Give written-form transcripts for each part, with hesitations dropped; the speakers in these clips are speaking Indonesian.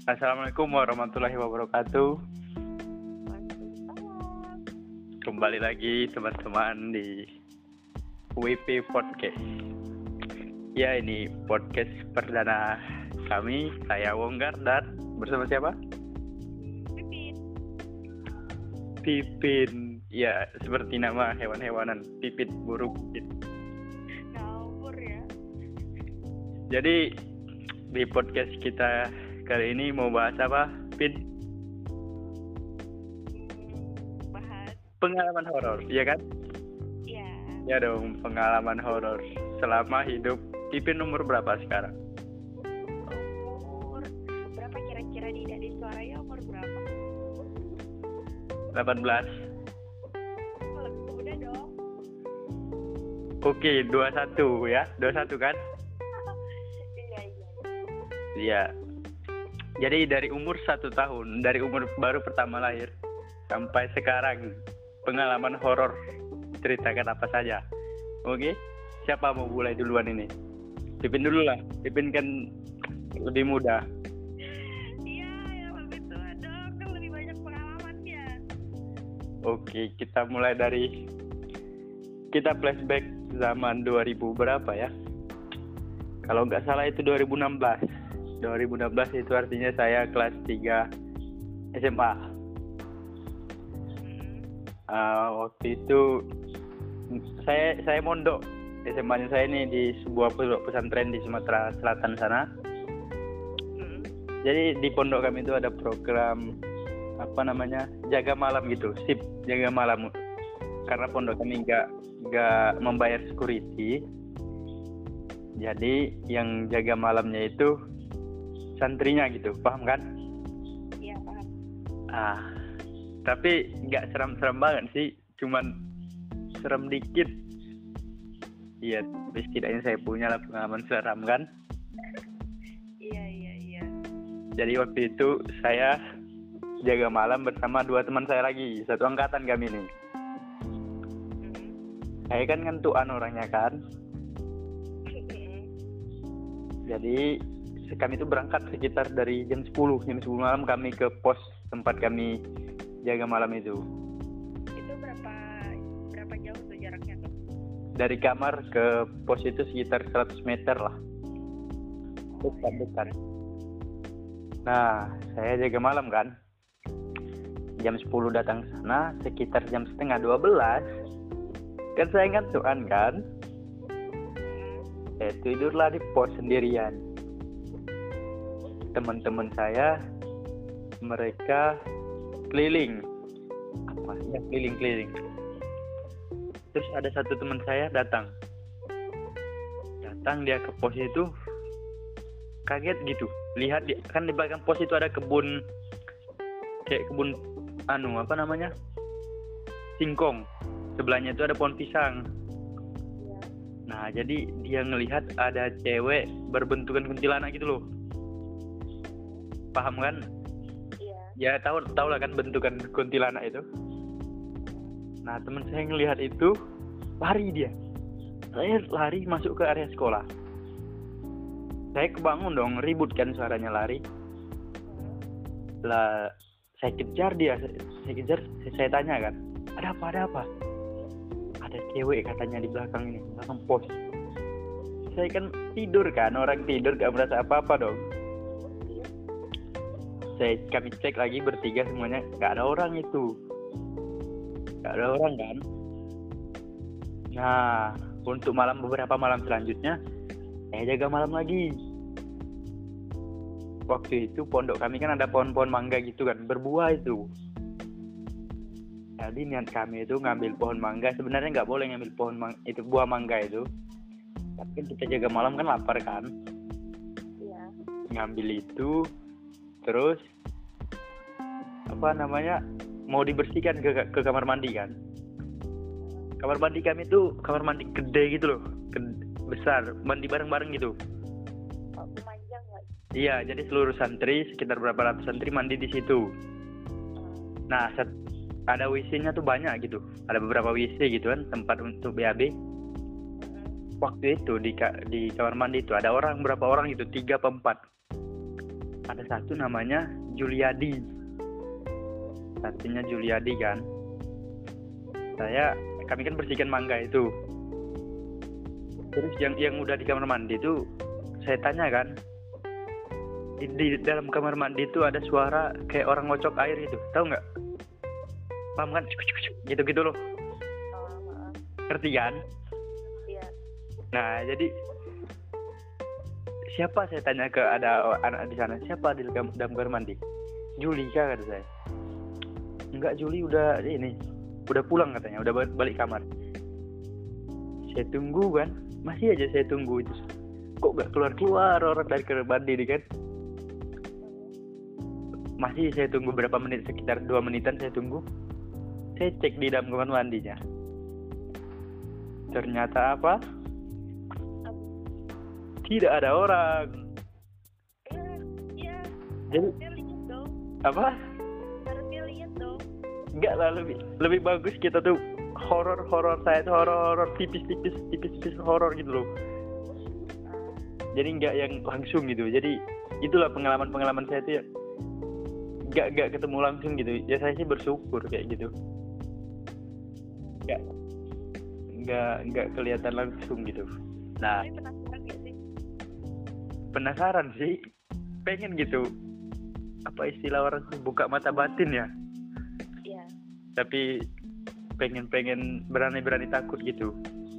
Assalamualaikum warahmatullahi wabarakatuh. Waalaikumsalam. Kembali lagi teman-teman di WP Podcast. Ya, ini podcast perdana kami. Saya Wonggar dan bersama siapa? Pipin. Pipin. Ya, seperti nama hewan-hewanan. Pipit, burung pipit. Ngawur ya. Jadi di podcast kita kali ini mau bahas apa, Pin? Bahas. Pengalaman horor, ya kan? Ya. Ya dong, pengalaman horor selama hidup. Pipin umur berapa sekarang? Umur berapa kira-kira di suaranya umur berapa? 18. Oh, lebih muda dong. Oke, 21 ya. 21 kan? Iya. Iya. Jadi dari umur 1 tahun, dari umur baru pertama lahir sampai sekarang, pengalaman horor, ceritakan apa saja. Oke? Siapa mau mulai duluan ini? Pipin dulu lah. Pipin kan lebih muda. Iya, yang lebih tua dong. Kan lebih banyak pengalamannya. Oke, kita mulai dari kita flashback zaman 2000 berapa ya? Kalau nggak salah itu 2016. 2016 itu artinya saya kelas 3 SMA. Waktu itu saya mondok. SMA-nya saya ini di sebuah pesantren di Sumatera Selatan sana. Jadi di pondok kami itu ada program jaga malam gitu, sip jaga malam. Karena pondok kami nggak membayar security, jadi yang jaga malamnya itu santrinya gitu, paham kan? Iya, paham. Tapi nggak serem-serem banget sih, cuman serem dikit. Iya, tapi setidaknya saya punya lah pengalaman seram kan. Iya. Jadi waktu itu saya jaga malam bersama 2 teman saya lagi, satu angkatan kami nih. Saya kan ngantuan orangnya kan. Jadi kami itu berangkat sekitar dari jam 10 malam kami ke pos tempat kami jaga malam itu. Itu berapa jauh tuh jaraknya tuh? Dari kamar ke pos itu sekitar 100 meter lah. Dekat. Nah, saya jaga malam kan. Jam 10 datang ke sana, sekitar jam setengah 12. Kan saya ngantuan kan. Saya tidurlah di pos sendirian. Teman-teman saya mereka keliling terus ada satu teman saya datang dia ke pos itu, kaget gitu lihat kan di belakang pos itu ada kebun singkong, sebelahnya itu ada pohon pisang. Nah, jadi dia ngelihat ada cewek berbentukan kuntilanak gitu loh. Paham kan? Iya. Ya tahu lah kan bentukan kuntilanak itu. Nah, teman saya ngelihat itu, lari dia. Saya lari masuk ke area sekolah. Saya kebangun dong, ribut kan suaranya lari. Lah, saya kejar dia, saya tanya kan, ada apa? Ada cewek katanya di belakang pos. Saya kan tidur kan, orang tidur gak merasa apa-apa dong. Kami cek lagi bertiga semuanya, gak ada orang itu. Gak ada orang kan. Nah, untuk beberapa malam selanjutnya saya jaga malam lagi. Waktu itu pondok kami kan ada pohon-pohon mangga gitu kan, berbuah itu. Jadi niat kami itu ngambil pohon mangga. Sebenarnya nggak boleh ngambil buah mangga itu. Tapi kan kita jaga malam kan lapar kan. Iya. Ngambil itu, terus mau dibersihkan ke kamar mandi kan. Kamar mandi kami itu kamar mandi gede gitu loh, besar, mandi bareng-bareng gitu. Memanjang nggak? Iya, jadi seluruh santri sekitar berapa ratus santri mandi di situ. Nah, ada WC-nya tuh banyak gitu, ada beberapa WC gitu kan, tempat untuk BAB. Waktu itu di kamar mandi itu ada berapa orang gitu, 3 atau 4. ada satu namanya Juliadi, satunya Juliadi kan. Kami kan bersihkan mangga itu. Terus yang udah di kamar mandi itu saya tanya kan, di dalam kamar mandi itu ada suara kayak orang ngocok air gitu, tahu nggak? Paham kan? Gitu loh. Ngerti kan? Iya. Nah, jadi siapa, saya tanya ke ada anak di sana, siapa di dalam kamar mandi? Julika kata saya. Enggak, Juli udah pulang katanya, udah balik kamar. Saya tunggu kan, masih aja saya tunggu itu. Kok nggak keluar orang dari kamar mandi nih kan? Masih saya tunggu berapa menit, sekitar 2 menitan saya tunggu. Saya cek di dalam kamar mandinya. Ternyata apa? Tidak ada orang. Iya. Jadi Harusnya lihat dong. apa? Harusnya lihat dong. Enggak lah, lebih bagus kita tuh horor saya tuh horor tipis horor gitu loh. Jadi enggak yang langsung gitu. Jadi itulah pengalaman saya tuh ya. Enggak ketemu langsung gitu. Ya saya sih bersyukur kayak gitu. Enggak kelihatan langsung gitu. Nah, Tapi penasaran gak sih? penasaran sih, pengen gitu. Apa istilah orang tuh, buka mata batin ya. Iya. Tapi pengen berani takut gitu.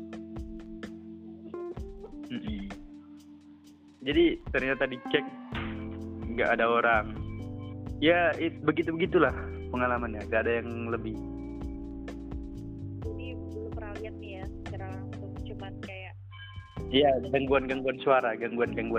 Jadi ternyata dicek nggak ada orang. Ya begitulah pengalamannya, nggak ada yang lebih. Jadi belum pernah lihat nih ya secara langsung, cuman kayak Iya, gangguan suara. dan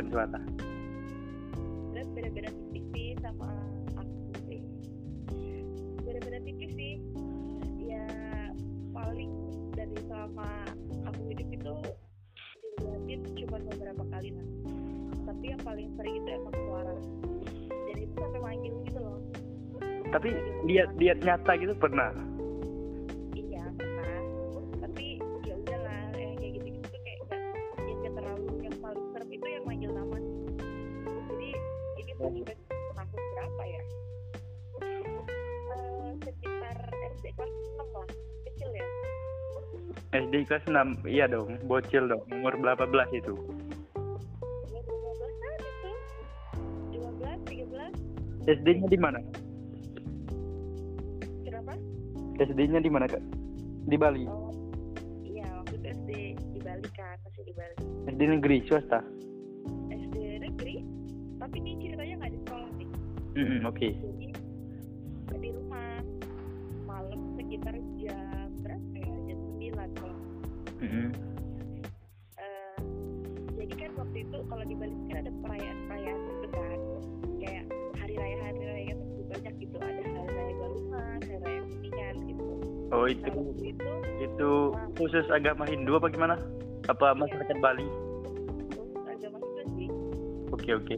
beda-beda tipis sih sama aku sih. Beda-beda tipis sih. Ya paling dari selama aku hidup itu dilihatin cuma beberapa kali lah. Tapi yang paling sering itu emang suara. Dan itu sampai manggil gitu loh. Tapi lihat nyata gitu pernah. Iya pernah. Tapi ya udahlah, yang kayak gitu-gitu tuh kayak nggak terlalu. Yang paling serem itu yang manggil nama. Jadi ini flashback tahun berapa ya? Sekitar SD kelas 6 lah, kecil ya. SD kelas 6, iya dong, bocil dong, umur berapa belas itu? Ya 15-an itu. 12, 13. SD-nya di mana? Kenapa? SD-nya di mana, Kak? Di Bali. Oh, iya waktu itu SD di Bali kan, masih di Bali. SD negeri swasta. SD negeri, tapi ini ceritanya nggak di sekolah sih. Oke. Jadi di rumah malam sekitar jam berapa ya? Jam 9 kalau. Jadi kan waktu itu kalau di Bali kan ada perayaan gitu kan, kayak hari raya yang banyak gitu, ada hari raya Galungan, hari raya Kuningan gitu. Oh Nah, waktu itu khusus agama Hindu apa gimana? Apa masyarakat Bali? agama Hindu sih. Oke. Waktu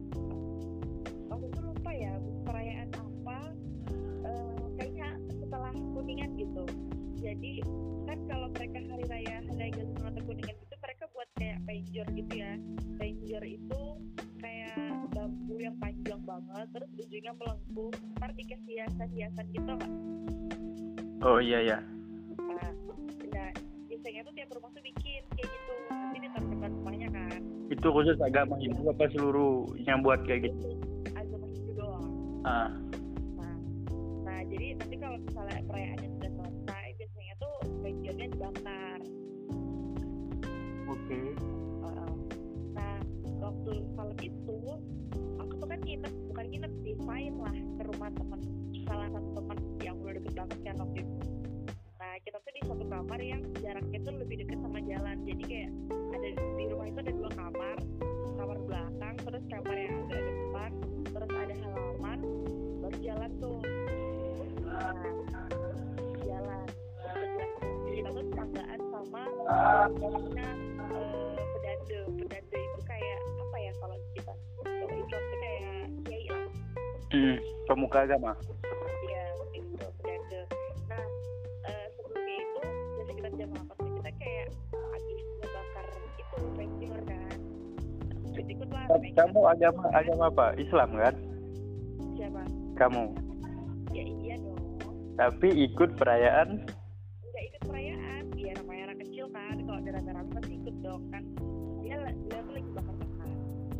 itu lupa ya perayaan apa, kayaknya setelah Kuningan gitu. Jadi kan kalau mereka hari raya Galungan atau Kuningan itu mereka buat kayak penjor gitu ya. Penjor itu kayak bambu yang panjang banget, terus ujungnya melengkung, ntar dikasih hiasan gitu nggak? Oh iya. Nah, biasanya tuh tiap rumah tuh bikin kayak gitu, nanti ditaruh rumahnya kan. Itu khusus agama Hindu apa seluruh yang buat kayak gitu? Agama Hindu doang. Ah. Nah jadi nanti kalau misalnya perayaannya sudah selesai, biasanya tuh penjornya dibakar. Oke. Nah waktu malam itu aku tuh kan bukan nginep sih, main lah ke rumah teman, salah satu teman yang udah deket banget kan waktu itu. Nah kita tuh di satu kamar yang jaraknya tuh lebih dekat sama jalan, jadi kayak ada di rumah itu ada 2 kamar belakang, terus kamar yang agak depan, terus ada halaman, baru jalan tuh. Nah jalan kita tuh tetanggaan sama pedande itu kayak apa ya, kalau Islam tuh kayak kiai lah. Pemuka agama. Iya itu pedande. Nah sebelumnya itu ya sekitar jam 8 kita kayak habis ngebakar itu penjor kan, ikut lah Kamu agama apa? Islam kan? Siapa? Kamu. Ya iya dong. Tapi ikut perayaan? Nggak ikut perayaan. Iya namanya anak kecil kan. Kalau ada rame-rame pasti ikut dong kan. Dia tuh lagi bakar-bakar.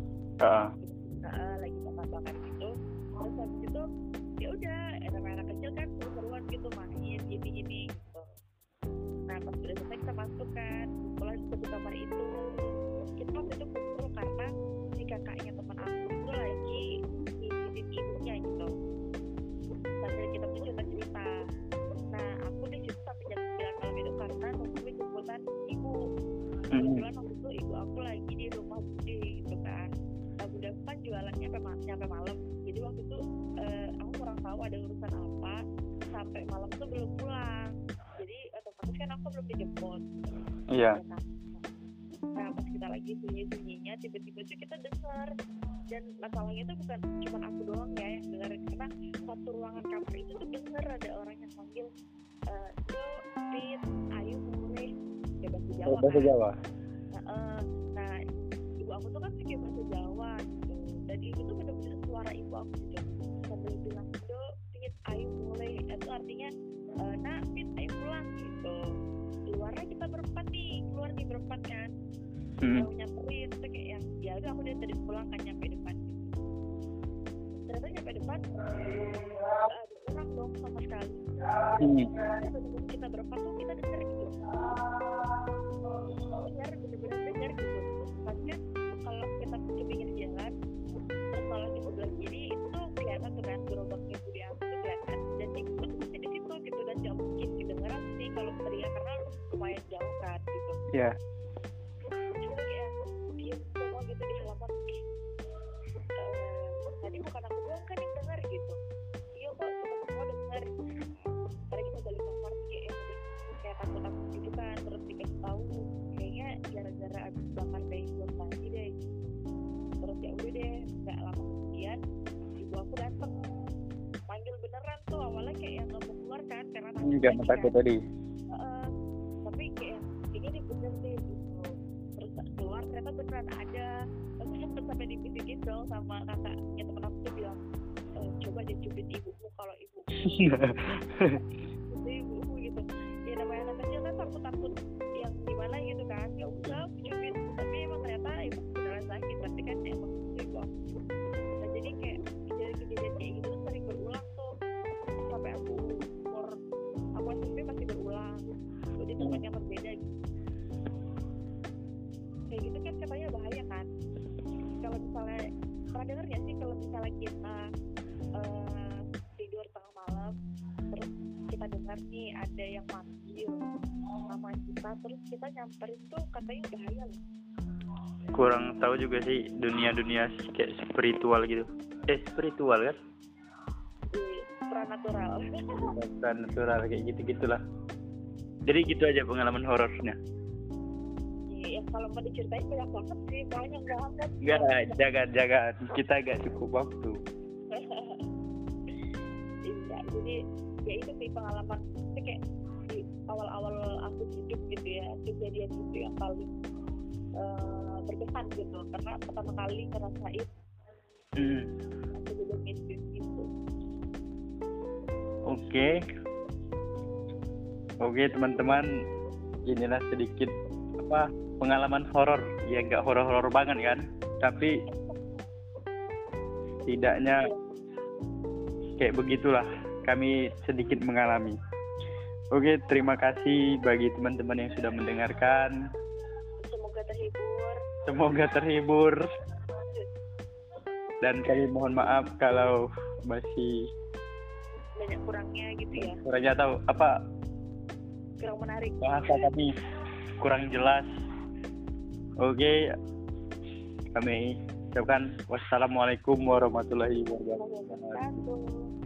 Lagi bakar-bakar gitu. Terus habis itu ya udah namanya anak kecil kan seru-seruan gitu main gini-gini gitu. Nah pas udah selesai kita masuk kan. Setelah di satu kamar itu kita waktu itu kumpul karena si kakaknya teman aku itu lagi ngikutin ibunya gitu sambil kita tuh cerita. Nah aku di situ sampai jam 9 malam itu karena nungguin jemputan ibu. Kebetulan waktu itu ibu aku lagi di rumah bude gitu kan. Nah bude aku kan jualannya sampai malam. Jadi waktu itu aku kurang tahu ada urusan apa sampai malam tuh belum pulang. Jadi otomatis kan aku belum dijemput. Iya. Nah pas kita lagi sunyi-sunyinya tiba-tiba tuh kita dengar, dan masalahnya itu bukan cuma aku doang ya yang dengar, karena satu ruangan kamar itu tuh dengar ada orang yang manggil Do, Pit, Ayu, Mulai ya bahasa Jawa Bahasa Jawa. Nah ibu aku tuh kan pakai bahasa Jawa gitu, dan itu tuh benar-benar suara ibu aku gitu sambil bilang Do, Pit, Ayu, Mulai, itu artinya nah Pit, Ayu pulang gitu. Keluarnya kita berempat kan mau nyamperin itu kayak yang ya udah aku dari pulang kan nyampe depan gitu. Ternyata nyampe depan ada orang dong sama sekali. Sebelum kita berempat tuh kita dengar gitu. Bener-bener dengar gitu. Maksudnya kalau kita ke pinggir jalan terus kalau di sebelah kiri itu tuh kelihatan tuh kan gerobaknya Budi aku tuh kelihatan, dan ibu tuh masih di situ gitu, dan gak mungkin kedengeran sih kalau teriak karena lumayan jauh kan gitu. Iya. Gitu di halaman tadi bukan aku doang kan yang dengar gitu. Iya kok kita semua dengar. Karena kita balik kamar kayak takut gitu kan, terus dikasih tahu kayaknya gara-gara abis bakar daycare tadi deh. Terus ya udah deh, nggak lama kemudian ibu aku datang manggil beneran tuh, awalnya kayak yang nggak mau keluar kan karena takut tadi. Tapi kayak ini bener deh gitu. Terus keluar ternyata beneran ada. Terus sempet sampai dipikir dong sama kakaknya temen aku tuh bilang coba deh cubit ibumu kalau ibu ibumu gitu. Ya namanya anak kecil kan takut yang gimana gitu kan, ya udah cubit, tapi emang ternyata ibu beneran sakit, berarti kan emang ibu aku. Nah jadi kayak kejadian kayak gitu sering berulang tuh sampai aku SMP masih berulang di tempat yang berbeda gitu. Kayak gitu kan katanya bahaya kan. Kalau misalnya pernah dengar nggak sih kalau misalnya kita tidur tengah malam terus kita dengar nih ada yang manggil nama kita, terus kita nyamperin tuh katanya bahaya loh. Kurang tahu juga sih dunia kayak spiritual gitu. Spiritual kan? Supranatural kayak gitu-gitulah. Jadi gitu aja pengalaman horornya. Iya, kalau mau diceritain banyak banget sih, banyak banget. Jangan. Kita gak cukup waktu. Iya, jadi ya itu sih pengalaman. Itu kayak di awal-awal aku hidup gitu ya, kejadian itu yang paling berkesan gitu. Karena pertama kali ngerasain kejadian mistis gitu. Oke teman-teman, inilah sedikit pengalaman horor. Ya nggak horor banget kan, tapi tidaknya kayak begitulah kami sedikit mengalami. Oke, terima kasih bagi teman-teman yang sudah mendengarkan. Semoga terhibur. Dan kami mohon maaf kalau masih banyak kurangnya gitu ya. Kurangnya tahu apa? Kurang menarik. Bahasa kami kurang jelas. Oke, kami ucapkan wassalamualaikum warahmatullahi wabarakatuh.